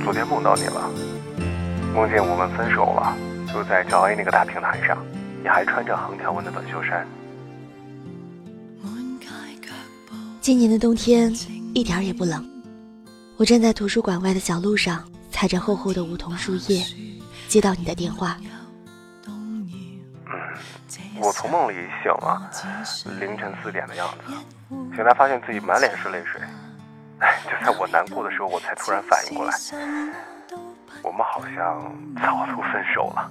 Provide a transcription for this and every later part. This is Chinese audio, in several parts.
昨天梦到你了，梦见我们分手了，就在赵 A 那个大平台上，你还穿着横条纹的短袖衫。 今年的冬天一点也不冷，我站在图书馆外的小路上，踩着厚厚的梧桐树叶，接到你的电话。 我从梦里醒了，凌晨4点的样子，醒来发现自己满脸是泪水。就在我难过的时候，我才突然反应过来，我们好像早就分手了。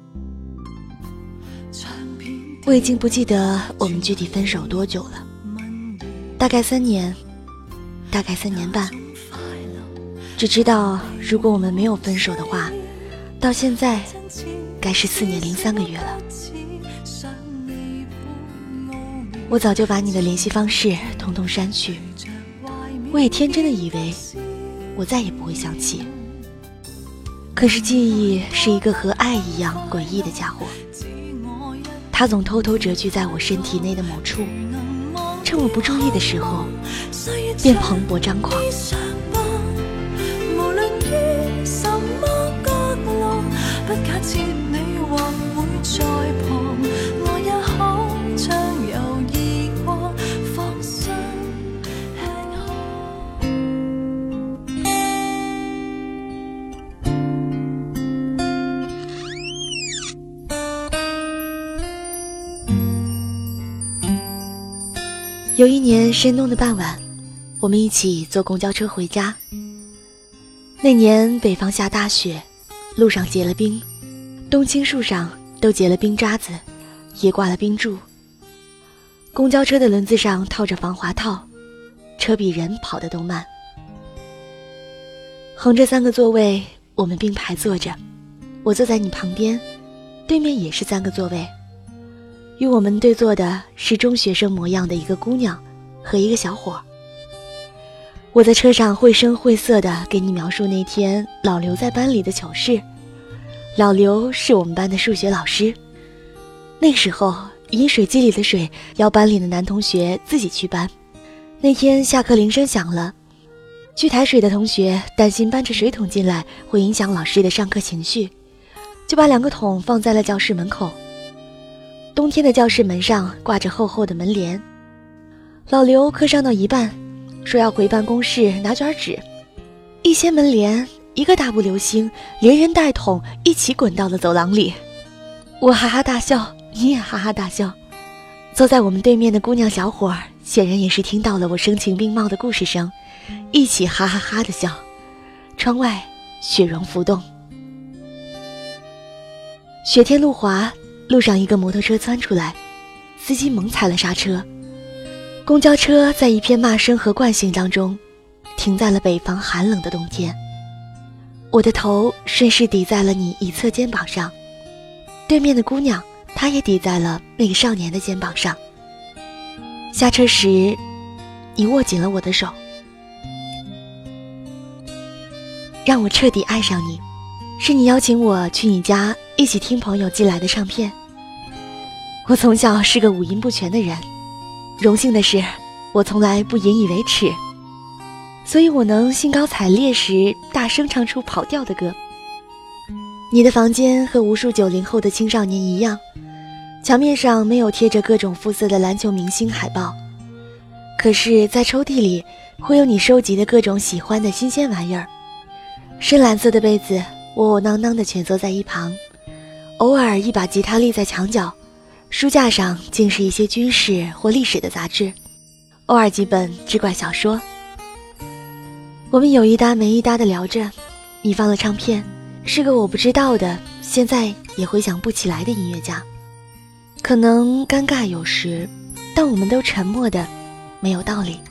我已经不记得我们具体分手多久了，大概3年，大概3年半。只知道如果我们没有分手的话，到现在该是4年零3个月了。我早就把你的联系方式统统删去，我也天真的以为我再也不会想起。可是记忆是一个和爱一样诡异的家伙，它总偷偷蛰居在我身体内的某处，趁我不注意的时候便蓬勃张狂。 無論於什麼角落，不假設你或會在旁，我也可將猶豫過放心吃喝。 有一年深冬的傍晚，我们一起坐公交车回家。那年北方下大雪，路上结了冰，冬青树上都结了冰渣子，也挂了冰柱。公交车的轮子上套着防滑套，车比人跑得都慢。横着3个座位，我们并排坐着，我坐在你旁边，对面也是3个座位。与我们对坐的是中学生模样的一个姑娘和一个小伙。我在车上绘声绘色地给你描述那天老刘在班里的糗事。老刘是我们班的数学老师，那时候饮水机里的水要班里的男同学自己去搬。那天下课铃声响了，去抬水的同学担心搬着水桶进来会影响老师的上课情绪，就把2个桶放在了教室门口。冬天的教室门上挂着厚厚的门帘。老刘课上到一半，说要回办公室拿卷纸，一掀门帘，一个大步流星，连人带桶一起滚到了走廊里。我哈哈大笑，你也哈哈大笑。坐在我们对面的姑娘小伙显然也是听到了我声情并茂的故事声，一起哈哈哈的笑。窗外雪融浮动，雪天路滑，路上一个摩托车窜出来，司机猛踩了刹车。公交车在一片骂声和惯性当中停在了北方寒冷的冬天。我的头顺势抵在了你一侧肩膀上，对面的姑娘她也抵在了那个少年的肩膀上。下车时你握紧了我的手，让我彻底爱上你，是你邀请我去你家一起听朋友寄来的唱片。我从小是个五音不全的人，荣幸的是我从来不引以为耻，所以我能兴高采烈时大声唱出跑调的歌。你的房间和无数90后的青少年一样，墙面上没有贴着各种肤色的篮球明星海报，可是在抽屉里会有你收集的各种喜欢的新鲜玩意儿。深蓝色的被子窝窝囊囊地蜷缩在一旁，偶尔一把吉他立在墙角，书架上竟是一些军事或历史的杂志，偶尔几本志怪小说。我们有一搭没一搭地聊着，你放了唱片，是个我不知道的，现在也回想不起来的音乐家。可能尴尬有时，但我们都沉默的没有道理。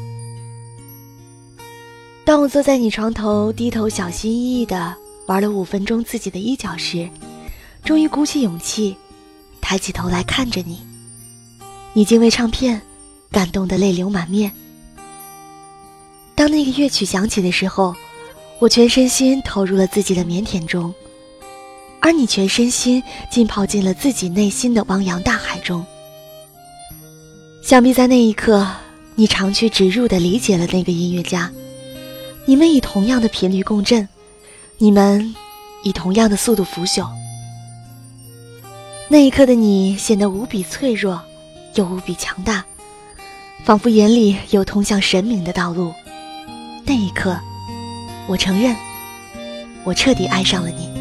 当我坐在你床头低头小心翼翼地玩了5分钟自己的衣角时，终于鼓起勇气抬起头来看着你，你竟为唱片感动得泪流满面。当那个乐曲响起的时候，我全身心投入了自己的腼腆中，而你全身心浸泡进了自己内心的汪洋大海中。想必在那一刻，你长驱直入地理解了那个音乐家，你们以同样的频率共振， 你们以同样的速度腐朽。那一刻的你显得无比脆弱，又无比强大，仿佛眼里有通向神明的道路。那一刻，我承认，我彻底爱上了你。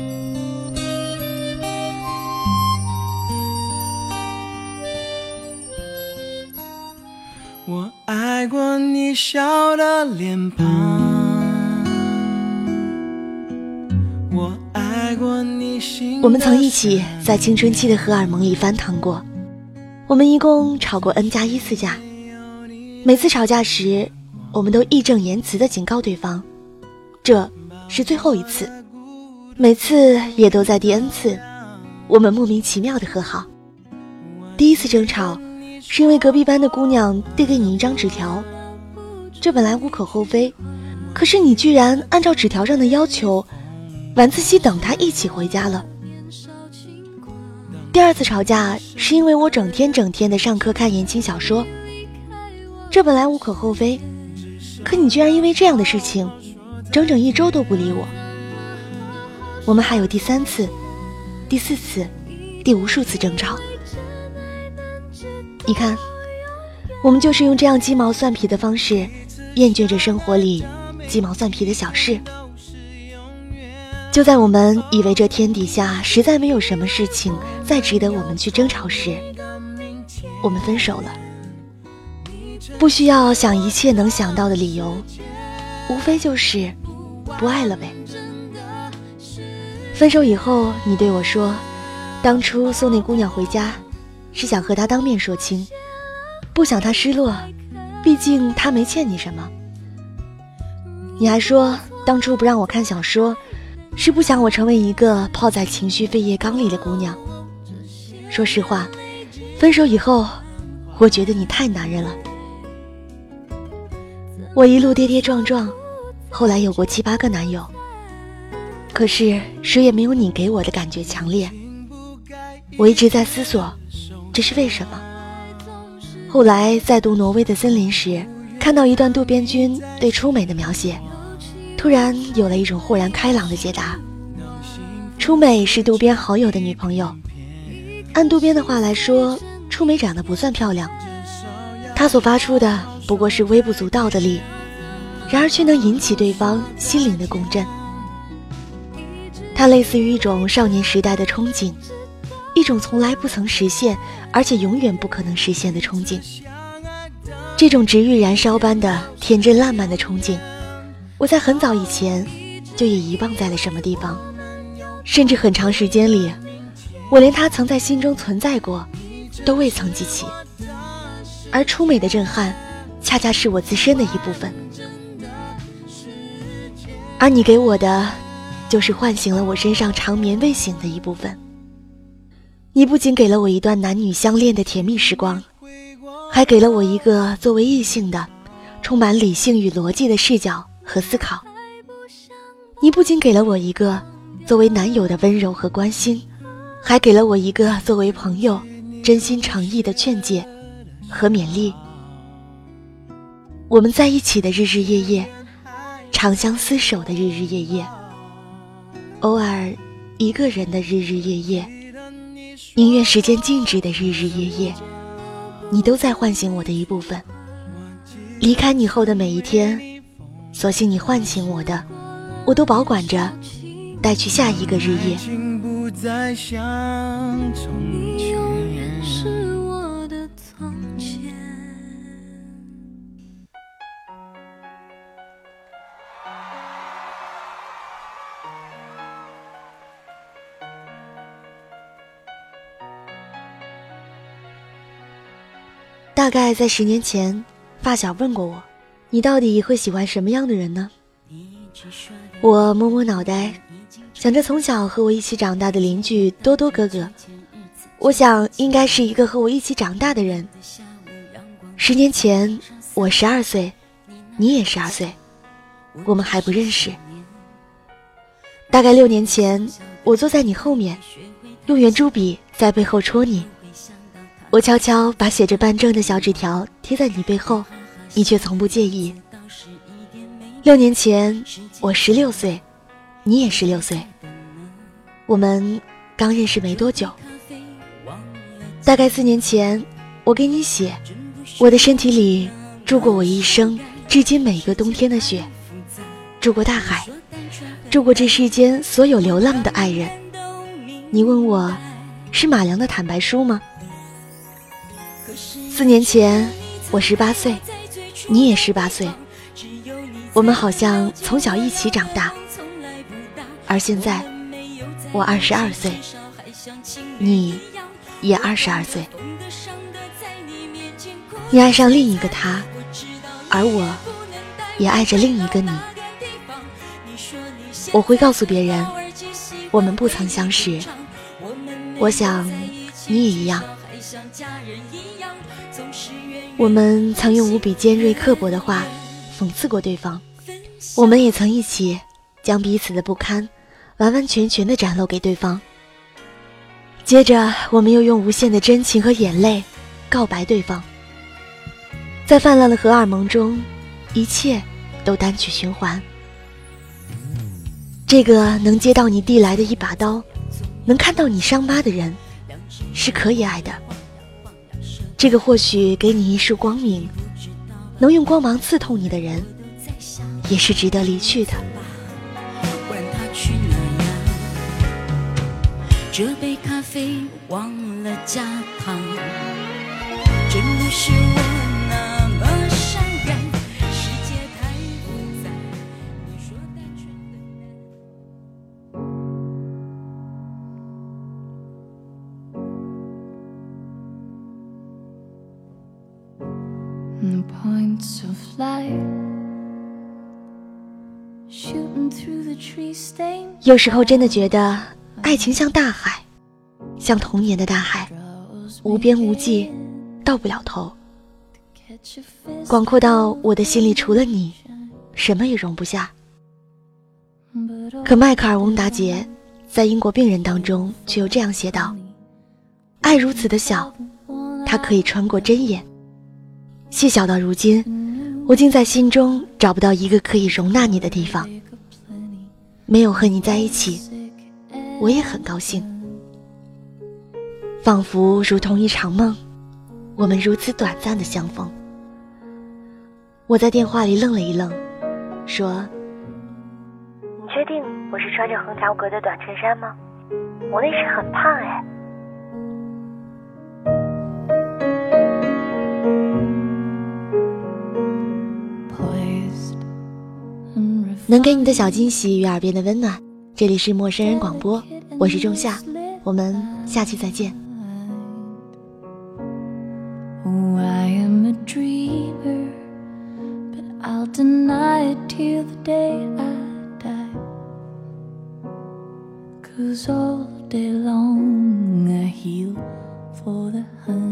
我爱过你笑的脸庞，我爱过你心。 我们曾一起在青春期的荷尔蒙里翻腾过，我们一共吵过 N+1次架，每次吵架时，我们都义正言辞地警告对方，这是最后一次。每次也都在第 N 次，我们莫名其妙地和好。第一次争吵是因为隔壁班的姑娘递给你一张纸条，这本来无可厚非，可是你居然按照纸条上的要求，晚自习等她一起回家了。第二次吵架是因为我整天的上课看言情小说，这本来无可厚非，可你居然因为这样的事情整整1周都不理我。我们还有第3次、第4次、第无数次争吵。你看，我们就是用这样鸡毛蒜皮的方式厌倦着生活里鸡毛蒜皮的小事。就在我们以为这天底下实在没有什么事情再值得我们去争吵时，我们分手了。不需要想一切能想到的理由，无非就是不爱了呗。分手以后，你对我说，当初送那姑娘回家是想和她当面说清，不想她失落，毕竟她没欠你什么。你还说当初不让我看小说，是不想我成为一个泡在情绪沸液缸里的姑娘。说实话，分手以后，我觉得你太男人了。我一路跌跌撞撞，后来有过7、8个男友，可是谁也没有你给我的感觉强烈。我一直在思索，这是为什么？后来在读《挪威的森林》时，看到一段渡边君对初美的描写，突然有了一种豁然开朗的解答。初美是渡边好友的女朋友，按渡边的话来说，初美长得不算漂亮，她所发出的不过是微不足道的力，然而却能引起对方心灵的共振。它类似于一种少年时代的憧憬，一种从来不曾实现而且永远不可能实现的憧憬。这种直欲燃烧般的天真烂漫的憧憬，我在很早以前就也遗忘在了什么地方，甚至很长时间里，我连它曾在心中存在过都未曾记起。而初美的震撼恰恰是我自身的一部分，而你给我的就是唤醒了我身上长眠未醒的一部分。你不仅给了我一段男女相恋的甜蜜时光，还给了我一个作为异性的充满理性与逻辑的视角和思考。你不仅给了我一个作为男友的温柔和关心，还给了我一个作为朋友真心诚意的劝解和勉励。我们在一起的日日夜夜，长相厮守的日日夜夜，偶尔一个人的日日夜夜，宁愿时间静止的日日夜夜，你都在唤醒我的一部分。离开你后的每一天，所幸你唤醒我的，我都保管着，带去下一个日夜。 你永远是我的从前。 大概在10年前，发小问过我，你到底会喜欢什么样的人呢？我摸摸脑袋，想着从小和我一起长大的邻居多多哥哥，我想应该是一个和我一起长大的人。10年前我12岁，你也12岁，我们还不认识。大概6年前，我坐在你后面，用圆珠笔在背后戳你，我悄悄把写着办证的小纸条贴在你背后，你却从不介意。6年前我16岁， 你也16岁。我们刚认识没多久，大概4年前，我给你写，我的身体里住过我一生至今每个冬天的雪，住过大海，住过这世间所有流浪的爱人。你问我是马良的坦白书吗？4年前我18岁，你也18岁，我们好像从小一起长大，而现在我22岁，你也22岁。你爱上另一个他，而我也爱着另一个你。我会告诉别人，我们不曾相识。我想你也一样。我们曾用无比尖锐刻薄的话讽刺过对方，我们也曾一起将彼此的不堪完完全全地展露给对方。接着我们又用无限的真情和眼泪告白对方。在泛滥的荷尔蒙中，一切都单曲循环。这个能接到你递来的一把刀，能看到你伤疤的人，是可以爱的。这个或许给你一束光明，能用光芒刺痛你的人，也是值得离去的。 管他去哪呀，这杯咖啡忘了加糖，真不是我那么伤感，世界太复杂，你说单纯的人。The points of light shooting through the tree stain。 有时候真的觉得爱情像大海，像童年的大海，无边无际，到不了头，广阔到我的心里除了你，什么也容不下。可迈克尔·翁达杰在英国病人当中却又这样写道：爱如此的小，它可以穿过针眼，细小到如今，我竟在心中找不到一个可以容纳你的地方。没有和你在一起，我也很高兴，仿佛如同一场梦，我们如此短暂的相逢。我在电话里愣了一愣，说：你确定我是穿着横条格的短衬衫吗？我那时很胖哎。能给你的小惊喜与耳边的温暖，这里是陌生人广播，我是仲夏，我们下期再见。 Oh, I am a dreamer, but I'll deny it till the day I die. 'Cause all day long I heal for the honey